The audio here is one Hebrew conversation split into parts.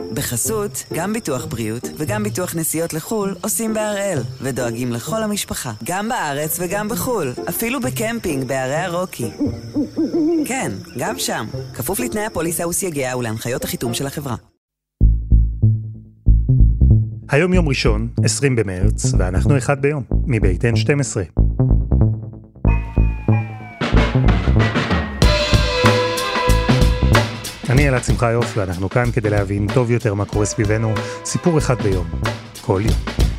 בחסות, גם ביטוח בריאות וגם ביטוח נסיעות לחול עושים בהראל, ודואגים לכל המשפחה, גם בארץ וגם בחול, אפילו בקמפינג בערי הרוקי. כן, גם שם, כפוף לתנאי הפוליסה וסייגיה ולהנחיות החיתום של החברה. היום יום ראשון, 20 במרץ, ואנחנו אחד ביום, מבית N12. אני אלעד שמחיוף, ואנחנו כאן כדי להבין טוב יותר מה קורה סביבנו, סיפור אחד ביום, כל יום.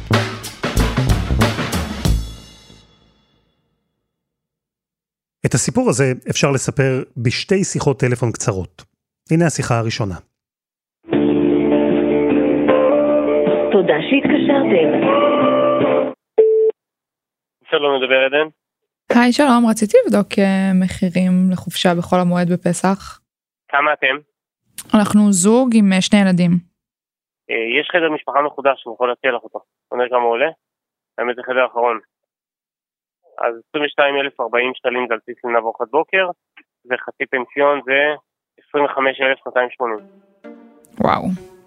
את הסיפור הזה אפשר לספר בשתי שיחות טלפון קצרות. הנה השיחה הראשונה. תודה שהתקשרתם. שלום, מדבר עדן. היי, שלום, רציתי לבדוק מחירים לחופשה בחול המועד בפסח. כמה אתם? אנחנו זוג עם 2 ילדים. יש חדר משפחה מחודש, אני יכול להציע לך אותו. אומר כמה עולה? האמת זה חדר אחרון. אז 22,040 שקלים זה על בסיס לינה וארוחת בוקר, וחצי פנסיון זה 25,280. וואו.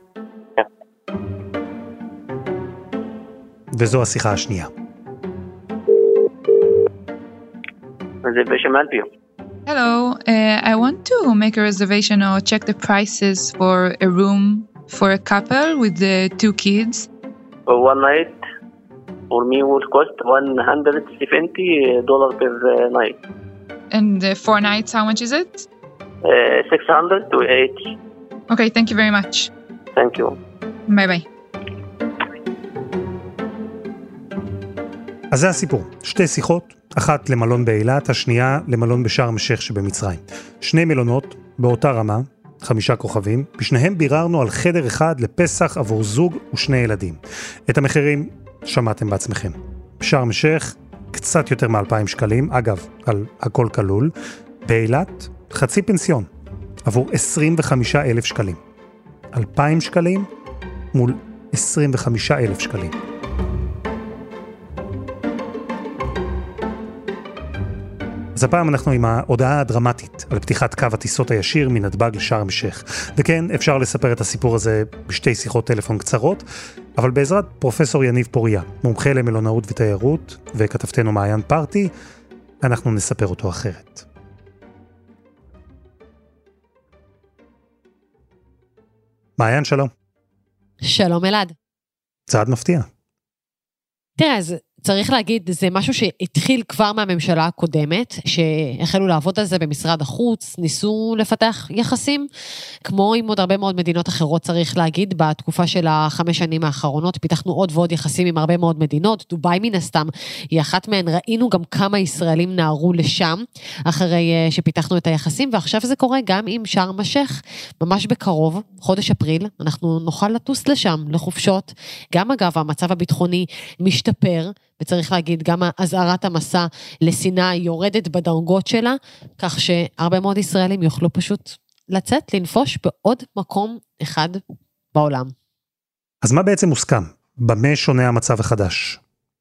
וזו השיחה השנייה. זה בשם אלפיו. Hello, I want to make a reservation or check the prices for a room for a couple with the 2 kids. One night for me will cost $170 per night. And 4 nights, how much is it? 600 to 8. Okay, thank you very much. Thank you. Bye bye. אז זה הסיפור, 2 שיחות, אחת למלון באילת, השנייה למלון בשארם א-שייח שבמצרים. 2 מלונות באותה רמה, 5 כוכבים, בשניהם ביררנו על חדר אחד לפסח עבור זוג ו2 ילדים. את המחירים שמעתם בעצמכם. בשארם א-שייח קצת יותר מ2,000 שקלים, אגב, על הכל כלול. באילת חצי פנסיון, עבור 25,000 שקלים. 2,000 שקלים מול 25,000 שקלים. אז הפעם אנחנו עם ההודעה הדרמטית על פתיחת קו הטיסות הישיר מנתב"ג לשארם א-שייח. וכן, אפשר לספר את הסיפור הזה בשתי שיחות טלפון קצרות, אבל בעזרת פרופסור יניב פוריה, מומחה למלונאות ותיירות, וכתבתנו מעיין פרטי, אנחנו נספר אותו אחרת. מעיין, שלום. שלום אלעד. צעד מפתיע. תראה, אז צריך להגיד, זה משהו שהתחיל כבר מהממשלה הקודמת, שהחלו לעבוד על זה במשרד החוץ, ניסו לפתח יחסים, כמו עם עוד הרבה מאוד מדינות אחרות, צריך להגיד, בתקופה של 5 שנים האחרונות, פיתחנו עוד ועוד יחסים עם הרבה מאוד מדינות, דוביי מן הסתם היא אחת מהן, ראינו גם כמה ישראלים נערו לשם, אחרי שפיתחנו את היחסים, ועכשיו זה קורה גם עם שארם א-שייח, ממש בקרוב, חודש אפריל, אנחנו נוכל לטוס לשם, לחופשות, גם אגב, המצב הביטחוני משתפר, וצריך להגיד, גם הזערת המסע לסיני יורדת בדרגות שלה, כך שהרבה מאוד ישראלים יוכלו פשוט לצאת, לנפוש בעוד מקום אחד בעולם. אז מה בעצם מוסכם? במה שונה המצב החדש?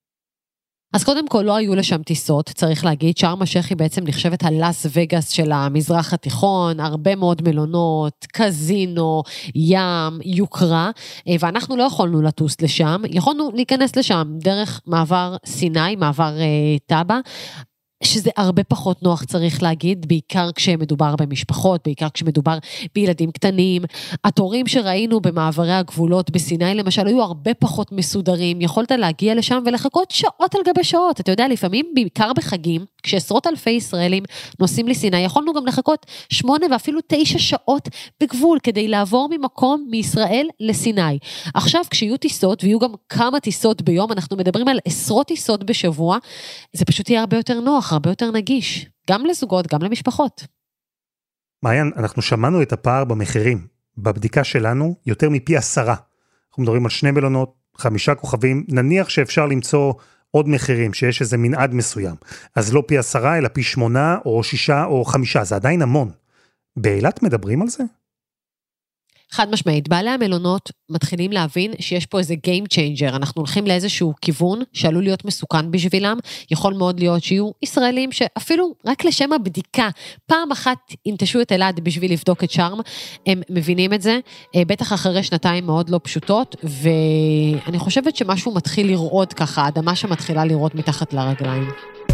אז קודם כל לא היו לשם טיסות, צריך להגיד, שארם א-שייח היא בעצם נחשבת הלאס וגאס של המזרח התיכון, הרבה מאוד מלונות, קזינו, ים, יוקרה, ואנחנו לא יכולנו לטוס לשם, יכולנו להיכנס לשם דרך מעבר סיני, מעבר טאבה, שזה הרבה פחות נוח צריך להגיד, בעיקר כשמדובר במשפחות, בעיקר כשמדובר בילדים קטנים. התורים שראינו במעברי הגבולות בסיני למשל, היו הרבה פחות מסודרים, יכולת להגיע לשם ולחכות שעות על גבי שעות. אתה יודע, לפעמים בעיקר בחגים, כשעשרות אלפי ישראלים נוסעים לסיני, יכולנו גם לחכות 8 ואפילו 9 שעות בגבול, כדי לעבור ממקום מישראל לסיני. עכשיו כשיהיו טיסות, ויהיו גם כמה טיסות ביום, אנחנו מדברים על עשרות טיסות בשבוע, זה פשוט יהיה הרבה יותר נוח, הרבה יותר נגיש, גם לזוגות, גם למשפחות. מעיין, אנחנו שמענו את הפער במחירים. בבדיקה שלנו, יותר מפי 10. אנחנו מדברים על 2 מלונות, 5 כוכבים, נניח שאפשר למצוא עוד מחירים, שיש איזה מנעד מסוים. אז לא פי 10, אלא פי 8, או 6, או 5, זה עדיין המון. באילת מדברים על זה? חד משמעית, בעלי המלונות מתחילים להבין שיש פה איזה game changer, אנחנו הולכים לאיזשהו כיוון שעלול להיות מסוכן בשבילם, יכול מאוד להיות שיהיו ישראלים שאפילו רק לשם הבדיקה, פעם אחת ינטשו את אלעד בשביל לבדוק את שרם, הם מבינים את זה, בטח אחרי שנתיים מאוד לא פשוטות, ואני חושבת שמשהו מתחיל לראות ככה, האדמה שמתחילה לראות מתחת לרגליים.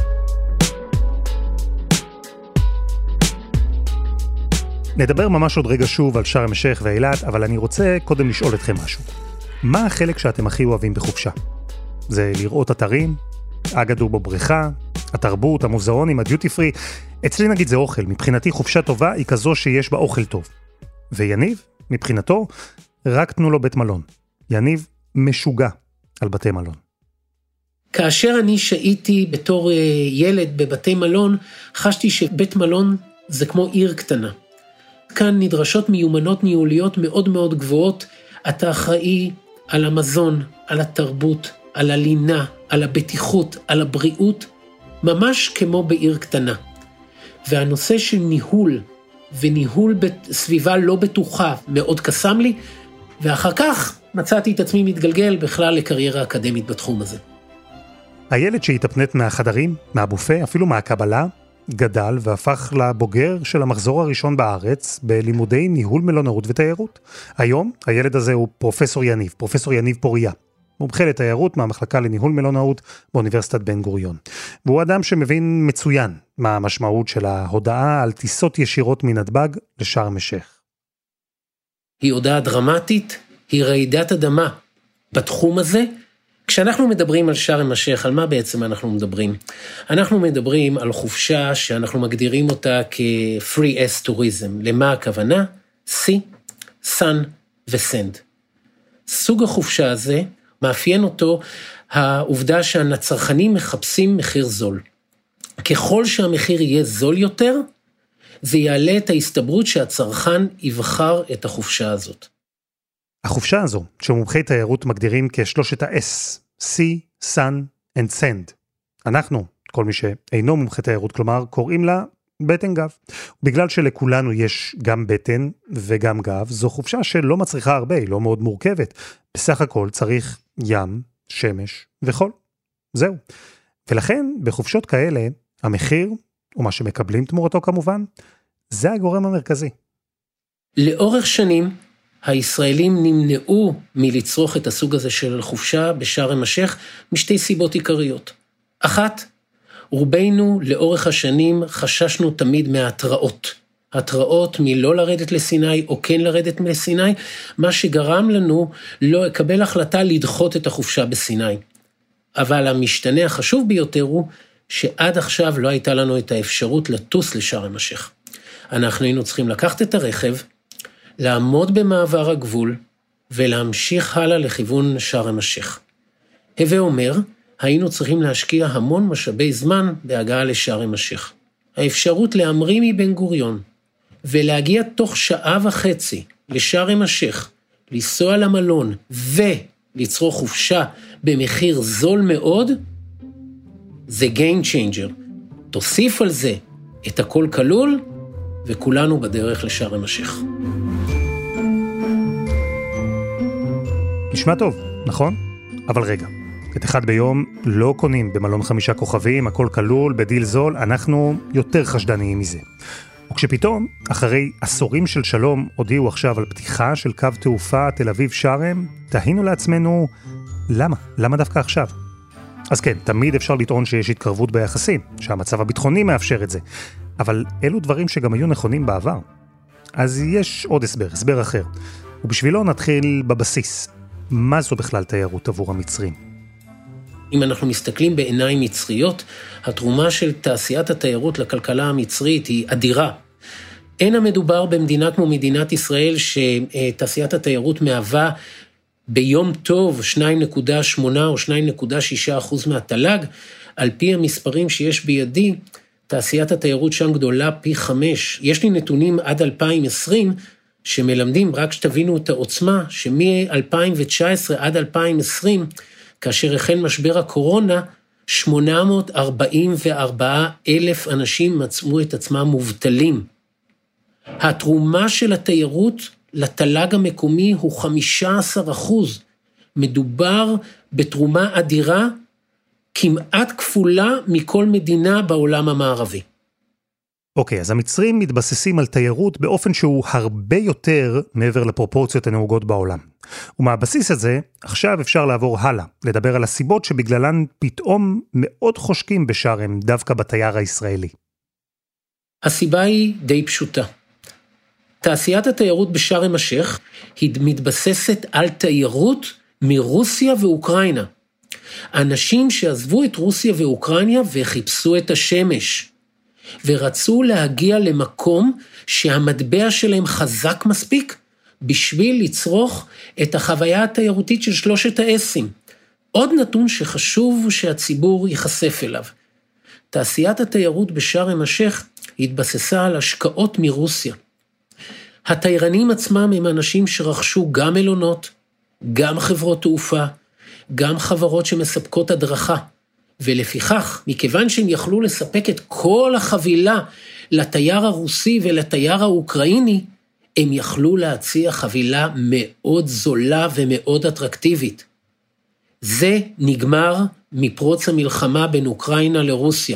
נדבר ממש עוד רגע שוב על שארם א-שייח ואילת, אבל אני רוצה קודם לשאול אתכם משהו. מה החלק שאתם הכי אוהבים בחופשה? זה לראות אתרים, אגדור בבריכה, התרבות, המוזיאונים, הדיוטי פרי. אצלי נגיד זה אוכל, מבחינתי חופשה טובה היא כזו שיש בה אוכל טוב. ויניב, מבחינתו, רק תנו לו בית מלון. יניב משוגע על בתי מלון. כאשר אני שהיתי בתור ילד בבתי מלון, חשתי שבית מלון זה כמו עיר קטנה. כאן נדרשות מיומנות ניהוליות מאוד מאוד גבוהות, אתה אחראי על המזון, על התרבות, על הלינה, על הבטיחות, על הבריאות, ממש כמו בעיר קטנה. והנושא של ניהול, וניהול בסביבה לא בטוחה, מאוד קסם לי, ואחר כך מצאתי את עצמי מתגלגל בכלל לקריירה אקדמית בתחום הזה. הילד שהתאפנט מהחדרים, מהבופה, אפילו מהקבלה, גדל והפך לבוגר של המחזור הראשון בארץ בלימודי ניהול מלונאות ותיירות. היום הילד הזה הוא פרופסור יניב פוריה, מומחה לתיירות מהמחלקה לניהול מלונאות באוניברסיטת בן גוריון. והוא אדם שמבין מצוין מה המשמעות של ההודעה על טיסות ישירות מנתב"ג לשארם א-שייח. היא הודעה דרמטית, היא רעידת אדמה בתחום הזה. כשאנחנו מדברים על שארם א-שייח, על מה בעצם אנחנו מדברים? אנחנו מדברים על חופשה שאנחנו מגדירים אותה כ-free S tourism. למה הכוונה? Sea, Sun ו-Sand. סוג החופשה הזה מאפיין אותו העובדה שהצרכנים מחפשים מחיר זול. ככל שהמחיר יהיה זול יותר, זה יעלה את ההסתברות שהצרכן יבחר את החופשה הזאת. החופשה הזו, שמומחי תיירות מגדירים כשלושת ה-S, Sea, Sun and Sand. אנחנו, כל מי שאינו מומחה תיירות, כלומר, קוראים לה בטן גב. בגלל שלכולנו יש גם בטן וגם גב, זו חופשה שלא מצריכה הרבה, היא לא מאוד מורכבת. בסך הכל צריך ים, שמש וחול. זהו. ולכן, בחופשות כאלה, המחיר, ומה שמקבלים תמורתו כמובן, זה הגורם המרכזי. לאורך שנים, הישראלים נמנעו מלצרוך את הסוג הזה של חופשה בשארם א-שייח משתי סיבות עיקריות. אחת, רובנו לאורך השנים חששנו תמיד מההתראות. התראות מלא לרדת לסיני או כן לרדת לסיני, מה שגרם לנו לא לקבל החלטה לדחות את החופשה בסיני. אבל המשתנה החשוב ביותר הוא שעד עכשיו לא הייתה לנו את האפשרות לטוס לשארם א-שייח. אנחנו היינו צריכים לקחת את הרכב, לעמוד במעבר הגבול ולהמשיך הלאה לכיוון שארם א-שייח. הווה אומר, היינו צריכים להשקיע המון משאבי זמן בהגעה לשארם א-שייח. האפשרות להמריא מבן גוריון ולהגיע תוך שעה וחצי לשארם א-שייח, לנסוע למלון ולצרוך חופשה במחיר זול מאוד, זה game changer. תוסיף על זה את הכל כלול, וכולנו בדרך לשארם א-שייח. נשמע טוב, נכון? אבל רגע, את אחד ביום לא קונים במלון 5 כוכבים, הכל כלול, בדיל זול, אנחנו יותר חשדניים מזה. וכשפתאום, אחרי עשורים של שלום, הודיעו עכשיו על פתיחה של קו תעופה תל אביב שארם, תהינו לעצמנו, למה? למה דווקא עכשיו? אז כן, תמיד אפשר לטעון שיש התקרבות ביחסים, שהמצב הביטחוני מאפשר את זה, אבל אלו דברים שגם היו נכונים בעבר. אז יש עוד הסבר אחר, ובשבילו נתחיל בבסיס. מה זו בכלל תיירות עבור המצרים? אם אנחנו מסתכלים בעיניים מצריות, התרומה של תעשיית התיירות לכלכלה המצרית היא אדירה. אין המדובר במדינה כמו מדינת ישראל שתעשיית התיירות מהווה ביום טוב 2.8 או 2.6% מהתל"ג, על פי המספרים שיש בידי, תעשיית התיירות שם גדולה פי 5. יש לי נתונים עד 2020 שמלמדים, רק שתבינו את העוצמה, שמ-2019 עד 2020, כאשר החל משבר הקורונה, 844,000 אנשים מצאו את עצמם מובטלים. התרומה של התיירות לתל"ג המקומי הוא 15%. מדובר בתרומה אדירה, כמעט כפולה מכל מדינה בעולם המערבי. אוקיי, אז המצרים מתבססים על תיירות באופן שהוא הרבה יותר מעבר לפרופורציות הנהוגות בעולם. ומהבסיס הזה, עכשיו אפשר לעבור הלאה, לדבר על הסיבות שבגללן פתאום מאוד חושקים בשארם דווקא בתייר הישראלי. הסיבה היא די פשוטה. תעשיית התיירות בשארם א-שייח היא מתבססת על תיירות מרוסיה ואוקראינה. אנשים שעזבו את רוסיה ואוקראינה וחיפשו את השמש. ורצו להגיע למקום שהמטבע שלהם חזק מספיק בשביל לצרוך את החוויה התיירותית של 3 האסים. עוד נתון שחשוב שהציבור ייחשף אליו. תעשיית התיירות בשארם א-שייח התבססה על השקעות מרוסיה. התיירנים עצמם הם אנשים שרכשו גם מלונות, גם חברות תעופה, גם חברות שמספקות הדרכה. ולפיכך, מכיוון שהם יכלו לספק את כל החבילה לתייר הרוסי ולתייר האוקראיני, הם יכלו להציע חבילה מאוד זולה ומאוד אטרקטיבית. זה נגמר מפרוץ המלחמה בין אוקראינה לרוסיה.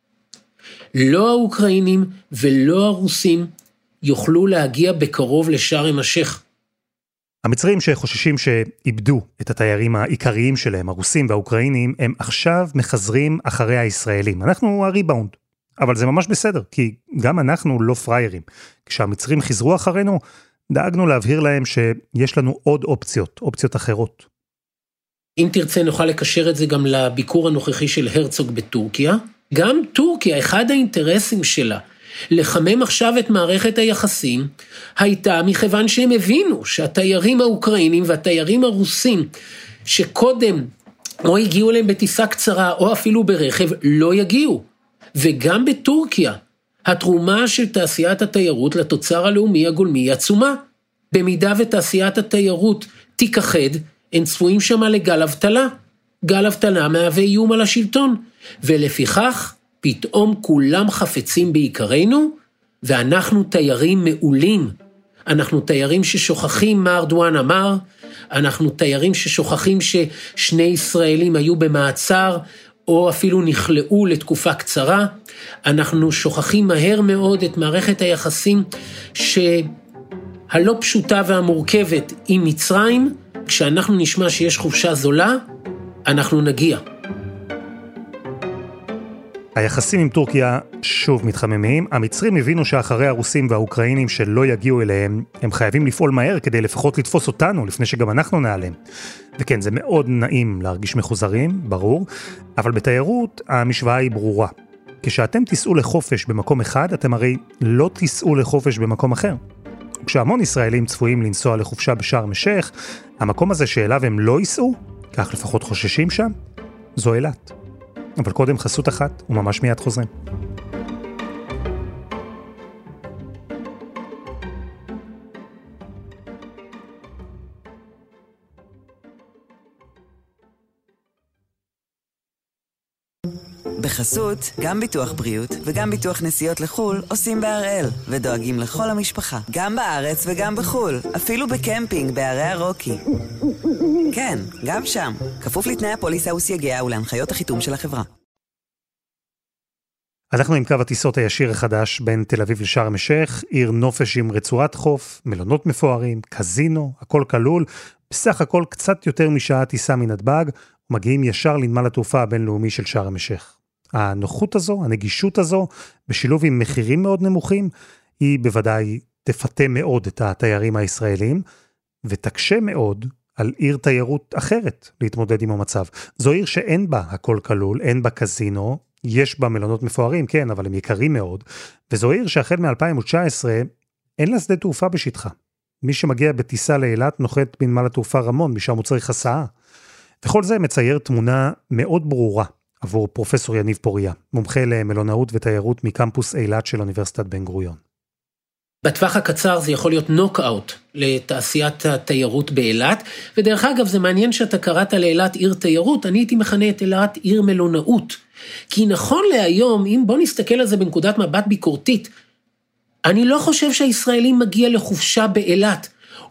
לא האוקראינים ולא הרוסים יוכלו להגיע בקרוב לשארם א-שייח. המצרים שחוששים שאיבדו את התיירים העיקריים שלהם, הרוסים והאוקראינים, הם עכשיו מחזרים אחרי הישראלים. אנחנו הריבאונד. אבל זה ממש בסדר, כי גם אנחנו לא פריירים. כשהמצרים חזרו אחרינו, דאגנו להבהיר להם שיש לנו עוד אופציות אחרות. אם תרצה נוכל לקשר את זה גם לביקור הנוכחי של הרצוג בטורקיה. גם טורקיה, אחד האינטרסים שלה, לחמם עכשיו את מערכת היחסים, הייתה מכיוון שהם הבינו שהתיירים האוקראינים והתיירים הרוסים, שקודם או הגיעו להם בטיסה קצרה או אפילו ברכב, לא יגיעו. וגם בטורקיה, התרומה של תעשיית התיירות לתוצר הלאומי הגולמי היא עצומה. במידה ותעשיית התיירות תיכחד, הם צפויים שמה לגל אבטלה. גל אבטלה מהווה איום על השלטון, ולפיכך פתאום כולם חפצים בעיקרנו, ואנחנו תיירים מעולים. אנחנו תיירים ששוכחים מה ארדואן אמר, אנחנו תיירים ששוכחים ששני ישראלים היו במעצר, או אפילו נכלאו לתקופה קצרה. אנחנו שוכחים מהר מאוד את מערכת היחסים שהלא פשוטה והמורכבת עם מצרים. כשאנחנו נשמע שיש חופשה זולה, אנחנו נגיע. היחסים עם טורקיה שוב מתחממים. המצרים הבינו שאחרי הרוסים והאוקראינים שלא יגיעו אליהם, הם חייבים לפעול מהר כדי לפחות לתפוס אותנו, לפני שגם אנחנו נעלם. וכן, זה מאוד נעים להרגיש מחוזרים, ברור, אבל בתיירות המשוואה היא ברורה. כשאתם תיסעו לחופש במקום אחד, אתם הרי לא תיסעו לחופש במקום אחר. כשהמון ישראלים צפויים לנסוע לחופשה בשארם א-שייח, המקום הזה שאליו הם לא ייסעו, כך לפחות חוששים שם, זו אילת. אבל קודם חסות אחת, וממש מיד חוזרים. בחסות, גם ביטוח בריאות וגם ביטוח נסיעות לחול עושים בהראל, ודואגים לכל המשפחה, גם בארץ וגם בחול, אפילו בקמפינג בערי הרוקי. כן, גם שם, כפוף לתנאי הפוליסה וסייגיה ולהנחיות החיתום של החברה. אנחנו עם קו הטיסות הישיר החדש בין תל אביב לשארם א-שייח, עיר נופש עם רצועת חוף, מלונות מפוארים, קזינו, הכל כלול, בסך הכל קצת יותר משעה טיסה מנתב"ג, ומגיעים ישר לנמל התעופה הבינלאומי של שארם א-שייח. הנוחות הזו, הנגישות הזו, בשילוב עם מחירים מאוד נמוכים, היא בוודאי תפתה מאוד את התיירים הישראלים, ותקשה מאוד על עיר תיירות אחרת להתמודד עם המצב. זו עיר שאין בה הכל כלול, אין בה קזינו, יש בה מלונות מפוארים, כן, אבל הם יקרים מאוד, וזו עיר שהחל מ-2019 אין לה שדה תעופה בשטחה. מי שמגיע בטיסה לאילת נוחת בנמל התעופה רמון, משם הוא צריך הסעה. וכל זה מצייר תמונה מאוד ברורה עבור פרופסור יניב פוריה, מומחה למלונאות ותיירות מקמפוס אילת של אוניברסיטת בן גוריון. בטווח הקצר זה יכול להיות נוק-אוט לתעשיית התיירות באילת, ודרך אגב זה מעניין שאתה קראת לאילת עיר תיירות, אני הייתי מכנה את אילת עיר מלונאות, כי נכון להיום, אם בוא נסתכל על זה בנקודת מבט ביקורתית, אני לא חושב שהישראלים מגיע לחופשה באילת,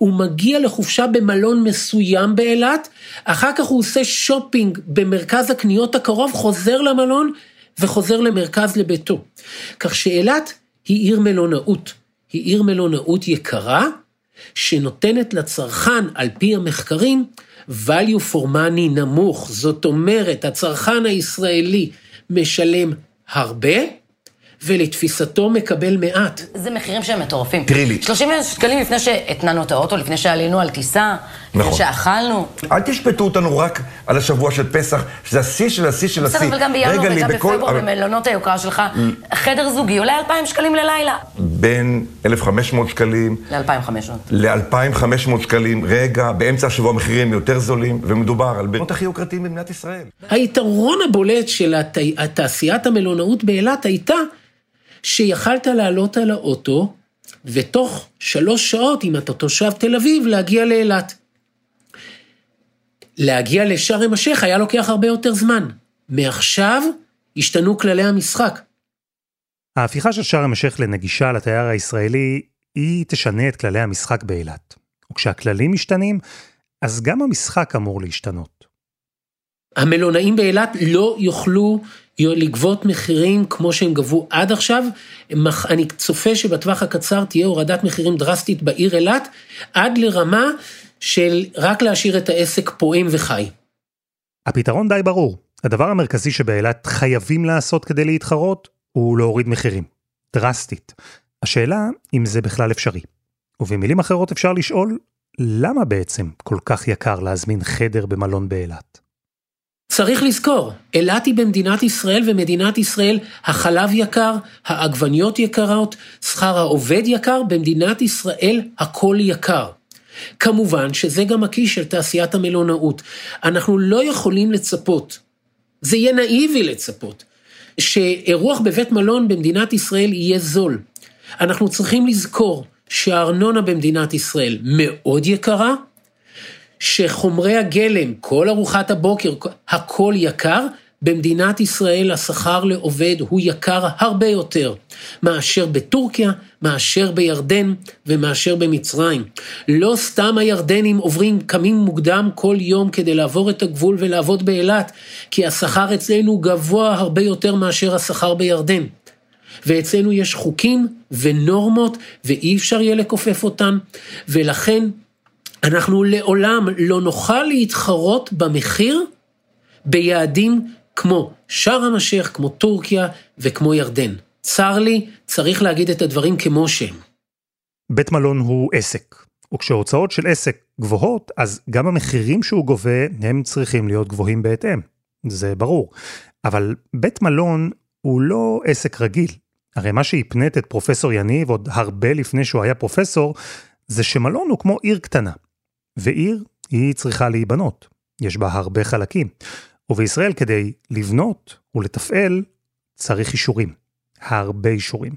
הוא מגיע לחופשה במלון מסוים באילת, אחר כך הוא עושה שופינג במרכז הקניות הקרוב, חוזר למלון וחוזר למרכז לביתו. כך שאילת היא עיר מלונאות, היא עיר מלונאות יקרה, שנותנת לצרכן על פי המחקרים, value for money נמוך, זאת אומרת, הצרכן הישראלי משלם הרבה, ולתפיסתו מקבל מעט. זה מחירים שהם מטורפים. תראי לי. 30 שקלים לפני שהתננו את האוטו, לפני שעלינו על טיסה, לפני שאכלנו. אל תשפטו אותנו רק על השבוע של פסח, שזה השיא של השיא של השיא. בסדר, אבל גם בינואר וגם בפברואר במלונות היוקרה שלך, חדר זוגי עולה 2,000 שקלים ללילה. בין 1,500 שקלים... ל-2,500. ל-2,500 שקלים, רגע, באמצע השבוע מחירים יותר זולים, ומדובר על בנות הכי יוקרתיים במדינת ישראל. היתרון הבולט של תעשיית המלונאות באילת הייתה שיכלת לעלות על האוטו, ותוך 3 שעות, אם אתה תושב תל אביב, להגיע לאילת. להגיע לשארם א-שייח היה לוקח הרבה יותר זמן. מעכשיו השתנו כללי המשחק. ההפיכה של שארם א-שייח לנגישה לתייר הישראלי, היא תשנה את כללי המשחק באילת. וכשהכללים משתנים, אז גם המשחק אמור להשתנות. המלונאים באילת לא יוכלו לגבות מחירים כמו שהם גבו עד עכשיו. אני צופה שבטווח הקצר תהיה הורדת מחירים דרסטית בעיר אילת, עד לרמה של רק להשאיר את העסק פועם וחי. הפתרון די ברור. הדבר המרכזי שבאילת חייבים לעשות כדי להתחרות, הוא להוריד מחירים. דרסטית. השאלה אם זה בכלל אפשרי. ובמילים אחרות אפשר לשאול, למה בעצם כל כך יקר להזמין חדר במלון באילת? צריך לזכור, אילת היא במדינת ישראל, ומדינת ישראל החלב יקר, העגבניות יקרות, שכר העובד יקר, במדינת ישראל הכל יקר. כמובן שזה גם הכיס של תעשיית המלונאות. אנחנו לא יכולים לצפות, זה יהיה נאיבי לצפות, שאירוח בבית מלון במדינת ישראל יהיה זול. אנחנו צריכים לזכור שהארנונה במדינת ישראל מאוד יקרה, שחומרי הגלם, כל ארוחת הבוקר, הכל יקר, במדינת ישראל השכר לעובד הוא יקר הרבה יותר, מאשר בטורקיה, מאשר בירדן ומאשר במצרים. לא סתם הירדנים קמים מוקדם כל יום כדי לעבור את הגבול ולעבוד באילת, כי השכר אצלנו גבוה הרבה יותר מאשר השכר בירדן. ואצלנו יש חוקים ונורמות, ואי אפשר יהיה לכופף אותן, ולכן אנחנו לעולם לא נוכל להתחרות במחיר ביעדים כמו שארם א-שייח, כמו טורקיה וכמו ירדן. צר לי, צריך להגיד את הדברים כמו שהם. בית מלון הוא עסק, וכשההוצאות של עסק גבוהות, אז גם המחירים שהוא גובה הם צריכים להיות גבוהים בהתאם. זה ברור. אבל בית מלון הוא לא עסק רגיל. הרי מה שהפנית את פרופסור יניב עוד הרבה לפני שהוא היה פרופסור, זה שמלון הוא כמו עיר קטנה. ועיר היא צריכה להיבנות. יש בה הרבה חלקים. ובישראל כדי לבנות ולתפעל צריך אישורים. הרבה אישורים.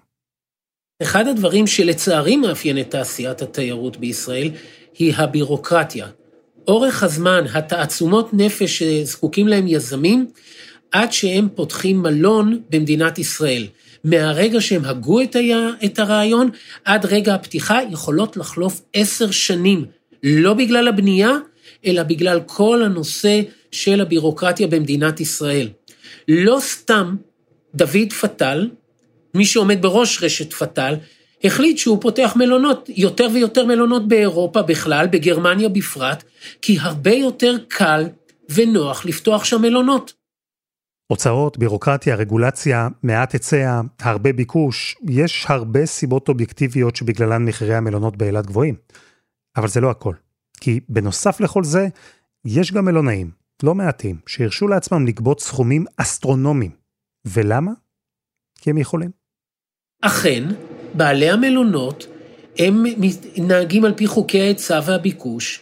אחד הדברים שלצערי מאפיין את תעשיית התיירות בישראל היא הבירוקרטיה. אורך הזמן, התעצומות נפש שזקוקים להם יזמים, עד שהם פותחים מלון במדינת ישראל. מהרגע שהם הגו את הרעיון, עד רגע הפתיחה יכולות לחלוף 10 שנים. לא בגלל הבנייה, אלא בגלל כל הנושא של הבירוקרטיה במדינת ישראל. לא סתם דוד פטל, מי שעומד בראש רשת פטל, החליט שהוא פותח מלונות, יותר ויותר מלונות באירופה בכלל, בגרמניה בפרט, כי הרבה יותר קל ונוח לפתוח שם מלונות. הוצאות, בירוקרטיה, רגולציה, מעט היצע, הרבה ביקוש, יש הרבה סיבות אובייקטיביות שבגללן מחירי המלונות באילת גבוהים. אבל זה לא הכל. כי בנוסף לכל זה, יש גם מלונאים, לא מעטים, שהרשו לעצמם לגבות סכומים אסטרונומיים. ולמה? כי הם יכולים. אכן, בעלי המלונות, הם נהגים על פי חוקי ההיצע והביקוש,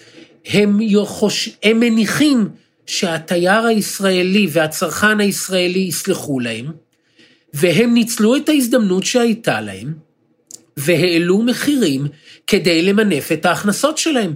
הם מניחים שהתייר הישראלי והצרכן הישראלי יסלחו להם, והם ניצלו את ההזדמנות שהייתה להם, והעלו מחירים כדי למנף את ההכנסות שלהם.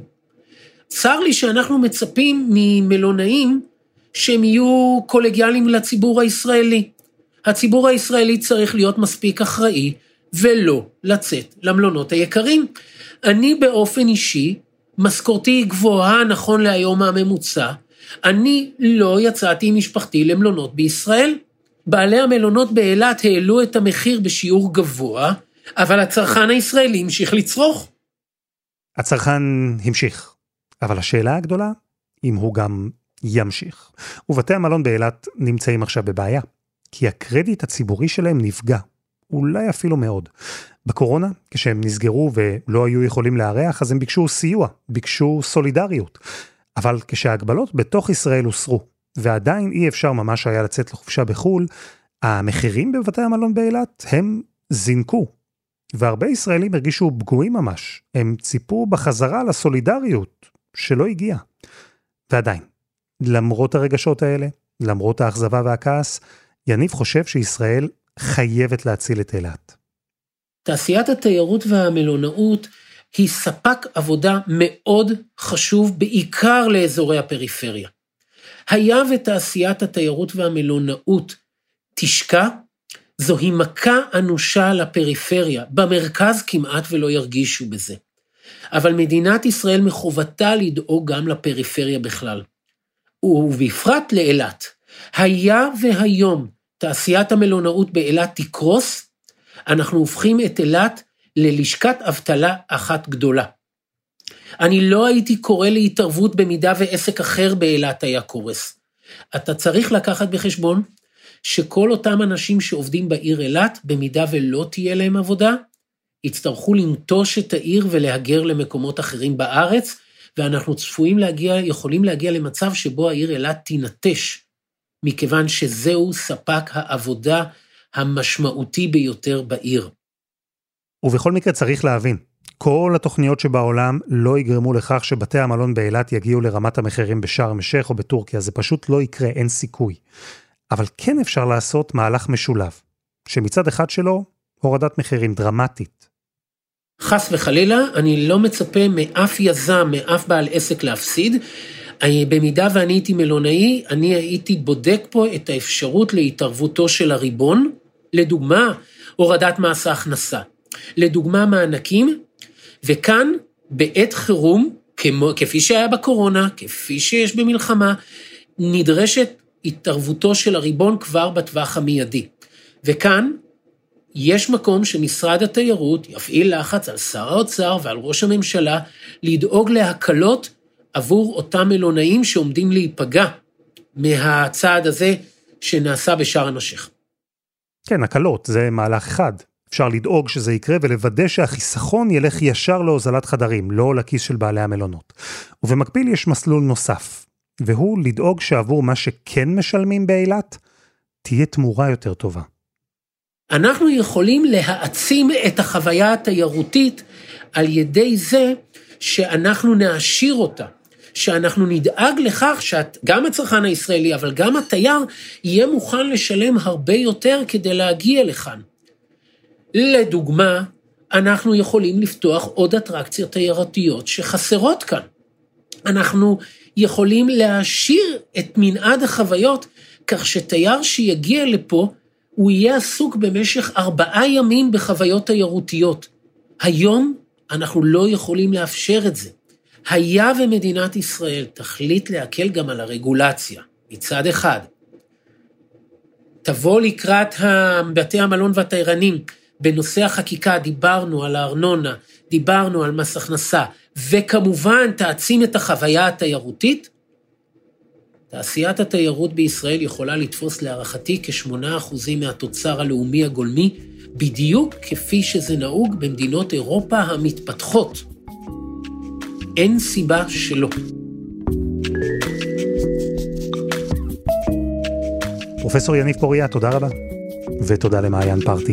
צר לי שאנחנו מצפים ממלונאים שהם יהיו קולגיאליים לציבור הישראלי. הציבור הישראלי צריך להיות מספיק אחראי ולא לצאת למלונות היקרים. אני באופן אישי, משכורתי גבוהה נכון להיום הממוצע, אני לא יצאתי עם משפחתי למלונות בישראל. בעלי המלונות באילת העלו את המחיר בשיעור גבוה, אבל הצרכן הישראלי המשיך לצרוך. הצרכן המשיך, אבל השאלה הגדולה, אם הוא גם ימשיך. ובתי המלון באילת נמצאים עכשיו בבעיה, כי הקרדיט הציבורי שלהם נפגע, אולי אפילו מאוד. בקורונה, כשהם נסגרו ולא היו יכולים לארח, אז הם ביקשו סיוע, ביקשו סולידריות. אבל כשההגבלות בתוך ישראל הוסרו, ועדיין אי אפשר ממש היה לצאת לחופשה בחול, המחירים בבתי המלון באילת הם זינקו. והרבה ישראלים הרגישו פגועים ממש. הם ציפו בחזרה לסולידריות שלא הגיעה. ועדיין, למרות הרגשות האלה, למרות האכזבה והכעס, יניב חושב שישראל חייבת להציל את אילת. תעשיית התיירות והמלונאות היא ספק עבודה מאוד חשוב, בעיקר לאזורי הפריפריה. היה ותעשיית התיירות והמלונאות תשקע, זוהי מכה אנושה לפריפריה, במרכז כמעט ולא ירגישו בזה. אבל מדינת ישראל מחובתה לדאוג גם לפריפריה בכלל, ובפרט לאילת. היה והיום תעשיית המלונאות באילת תקרוס, אנחנו הופכים את אילת ללשכת אבטלה אחת גדולה. אני לא הייתי קורא להתערבות במידה ועסק אחר באילת היה קורס. אתה צריך לקחת בחשבון שכל אותם אנשים שעובדים בעיר אילת, במידה ולא תהיה להם עבודה, יצטרכו לנטוש את העיר ולהגר למקומות אחרים בארץ, ואנחנו יכולים להגיע למצב שבו העיר אילת תינטש, מכיוון שזהו ספק העבודה המשמעותי ביותר בעיר. ובכל מקרה צריך להבין, כל התוכניות שבעולם לא יגרמו לכך שבתי המלון באילת יגיעו לרמת המחירים בשארם א-שייח או בטורקיה, זה פשוט לא יקרה, אין סיכוי. אבל כן אפשר לעשות מהלך משולב, שמצד אחד שלו הורדת מחירים דרמטית. חס וחלילה, אני לא מצפה מאף יזם, מאף בעל עסק להפסיד. במידה ואני הייתי מלונאי, אני הייתי בודק פה את האפשרות להתערבותו של הריבון, לדוגמה, הורדת מס ההכנסה, לדוגמה מענקים, וכאן בעת חירום, כפי שהיה בקורונה, כפי שיש במלחמה, נדרשת התערבותו של הריבון כבר בטווח המיידי. וכאן יש מקום שמשרד התיירות יפעיל לחץ על שר האוצר ועל ראש הממשלה לדאוג להקלות עבור אותם מלונאים שעומדים להיפגע מהצעד הזה שנעשה בשארם א-שייח. כן, הקלות, זה מהלך אחד. אפשר לדאוג שזה יקרה ולוודא שהחיסכון ילך ישר להוזלת חדרים, לא לכיס של בעלי המלונות. ובמקביל יש מסלול נוסף, והוא לדאוג שעבור מה שכן משלמים באילת, תהיה תמורה יותר טובה. אנחנו יכולים להעצים את החוויה התיירותית על ידי זה שאנחנו נעשיר אותה, שאנחנו נדאג לכך שגם הצרכן הישראלי, אבל גם התייר, יהיה מוכן לשלם הרבה יותר כדי להגיע לכאן. לדוגמה, אנחנו יכולים לפתוח עוד אטרקציות תיירותיות שחסרות כאן. אנחנו יכולים להעשיר את מנעד החוויות, כך שתייר שיגיע לפה, הוא יהיה עסוק במשך 4 ימים בחוויות תיירותיות. היום אנחנו לא יכולים לאפשר את זה. היה ומדינת ישראל תחליט להקל גם על הרגולציה, מצד אחד. תבוא לקראת בתי המלון והתיירנים, בנושא החקיקה דיברנו על הארנונה, דיברנו על מס הכנסה, וכמובן תעצים את החוויה התיירותית. תעשיית התיירות בישראל יכולה לתפוס להערכתי כ8% מהתוצר הלאומי הגולמי, בדיוק כפי שזה נהוג במדינות אירופה המתפתחות. אין סיבה שלא. פרופסור יניב פוריה, תודה רבה. ותודה למעיין פרטי.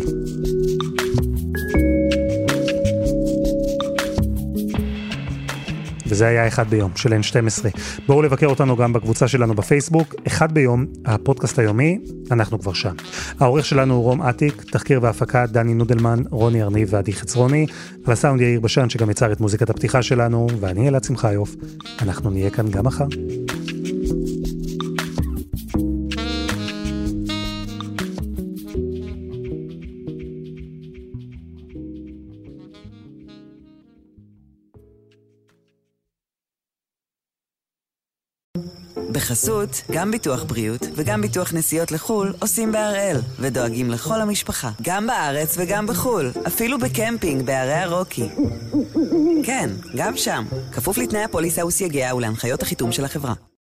וזה היה אחד ביום של N12. בואו לבקר אותנו גם בקבוצה שלנו בפייסבוק. אחד ביום, הפודקאסט היומי, אנחנו כבר שם. העורך שלנו הוא רום עתיק, תחקיר והפקה דני נודלמן, רוני ארניב ועדי חצרוני, על הסאונד יאיר בשן שגם יצר את מוזיקת הפתיחה שלנו, ואני אלעד שמחיוף. אנחנו נהיה כאן גם מחר. בחסות, גם ביטוח בריאות וגם ביטוח נסיעות לחול עושים בהראל, ודואגים לכל המשפחה, גם בארץ וגם בחול, אפילו בקמפינג בערי הרוקי. כן, גם שם, כפוף לתנאי הפוליסה וסייגיה ולהנחיות החיתום של החברה.